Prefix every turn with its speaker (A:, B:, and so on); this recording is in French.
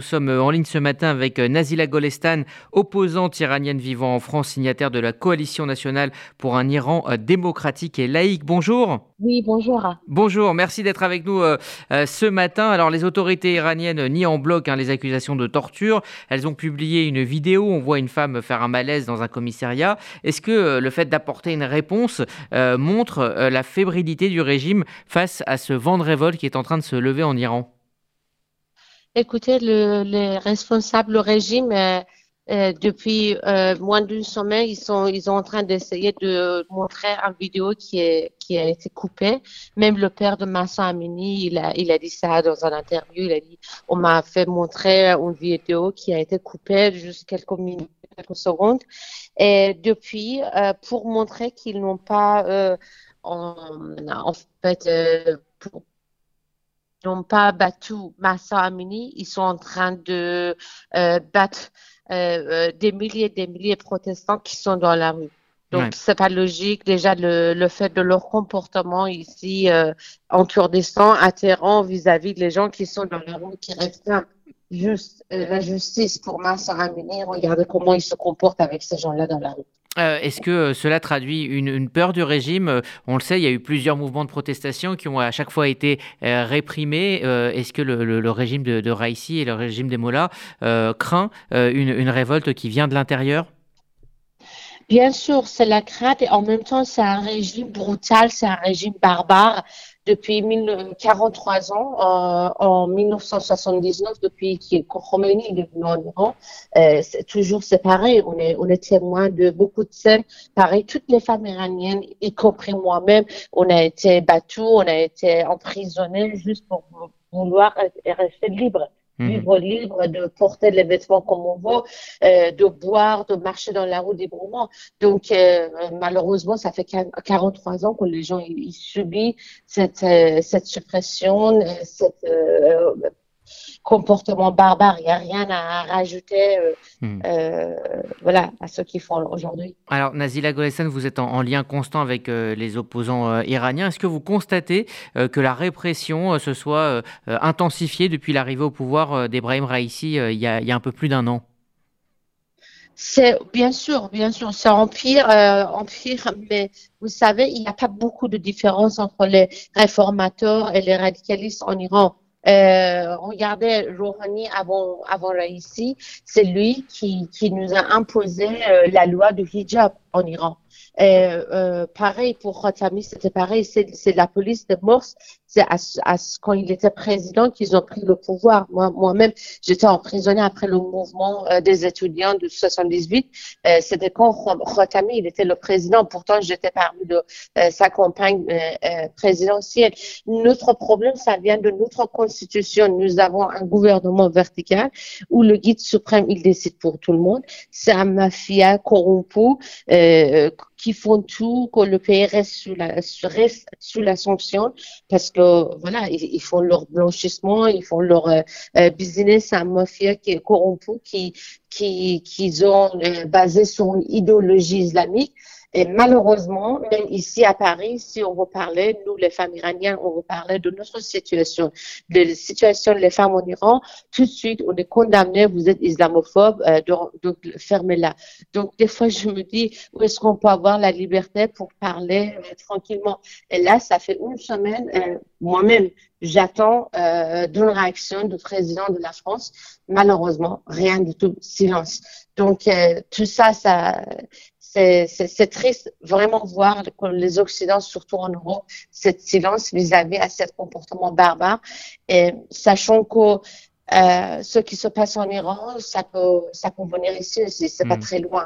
A: nous sommes en ligne ce matin avec Nazila Golestan, opposante iranienne vivant en France, signataire de la Coalition nationale pour un Iran démocratique et laïque. Bonjour.
B: Oui, bonjour.
A: Bonjour, merci d'être avec nous ce matin. Alors, les autorités iraniennes nient en bloc les accusations de torture. Elles ont publié une vidéo, on voit une femme faire un malaise dans un commissariat. Est-ce que le fait d'apporter une réponse montre la fébrilité du régime face à ce vent de révolte qui est en train de se lever en Iran?
B: Écoutez, les responsables du régime, depuis moins d'une semaine, ils sont en train d'essayer de montrer une vidéo qui a été coupée. Même le père de Massa Amini, il a dit ça dans un interview. Il a dit, on m'a fait montrer une vidéo qui a été coupée juste quelques minutes, quelques secondes. Et depuis, pour montrer qu'ils n'ont pas, en fait, n'ont pas battu Massa Amini, ils sont en train de battre des milliers de protestants qui sont dans la rue. Donc,
A: Ouais.
B: c'est pas logique. Déjà, le fait de leur comportement ici en Kurdistan atterrant vis-à-vis des gens qui sont dans la rue, qui réclament juste la justice pour Massa Amini. Regardez comment ils se comportent avec ces gens-là dans la rue.
A: Est-ce que cela traduit une peur du régime? On le sait, il y a eu plusieurs mouvements de protestation qui ont à chaque fois été réprimés. Est-ce que le régime de Raïssi et le régime des Mollahs craint une révolte qui vient de l'intérieur?
B: Bien sûr, c'est la crainte et en même temps, c'est un régime brutal, c'est un régime barbare. Depuis 43 ans, en 1979, depuis que Khomeini est devenu en Iran, c'est toujours séparé. On est témoin de beaucoup de scènes. Pareil, toutes les femmes iraniennes, y compris moi-même, on a été battues, on a été emprisonnées juste pour vouloir rester libres.
A: Mhm.
B: Vivre libre de porter les vêtements comme on veut, de boire, de marcher dans la rue librement. Donc, malheureusement, ça fait 43 ans que les gens ils subissent cette suppression, cet comportement barbare. Il n'y a rien à rajouter
A: Mhm.
B: voilà, à ce qu'ils font aujourd'hui.
A: Alors, Nazila Golestan, vous êtes en lien constant avec les opposants iraniens. Est-ce que vous constatez que la répression se soit intensifiée depuis l'arrivée au pouvoir d'Ebrahim Raïssi il y a un peu plus d'un an?
B: C'est bien sûr, ça empire, mais vous savez, il n'y a pas beaucoup de différence entre les réformateurs et les radicalistes en Iran. Regardez Rouhani avant Raisi, c'est lui qui nous a imposé la loi du hijab en Iran. Pareil pour Khatami, c'était pareil, c'est la police de Morse, c'est quand il était président qu'ils ont pris le pouvoir. Moi-même, j'étais emprisonnée après le mouvement des étudiants de 78. C'était quand Khatami, il était le président. Pourtant, j'étais parmi sa campagne présidentielle. Notre problème, ça vient de notre constitution. Nous avons un gouvernement vertical où le guide suprême, il décide pour tout le monde. C'est un mafia corrompu qui font tout que le pays reste sous la sanction parce que voilà, ils font leur blanchissement, ils font leur business, un mafia qui est corrompu, qui ont basé sur une idéologie islamique. Et malheureusement, même ici à Paris, si on veut parler, nous les femmes iraniennes, on veut parler de notre situation, de la situation des femmes en Iran, tout de suite on est condamné, vous êtes islamophobe, donc fermez-la. Donc des fois je me dis, où est-ce qu'on peut avoir la liberté pour parler tranquillement? Et là, ça fait une semaine, moi-même, j'attends d'une réaction du président de la France. Malheureusement, rien du tout, silence. Donc tout ça, c'est triste vraiment voir que les Occidentaux, surtout en Europe, cette silence vis-à-vis à ce comportement barbare, et sachant que ce qui se passe en Iran, ça peut venir ici aussi, c'est pas très loin.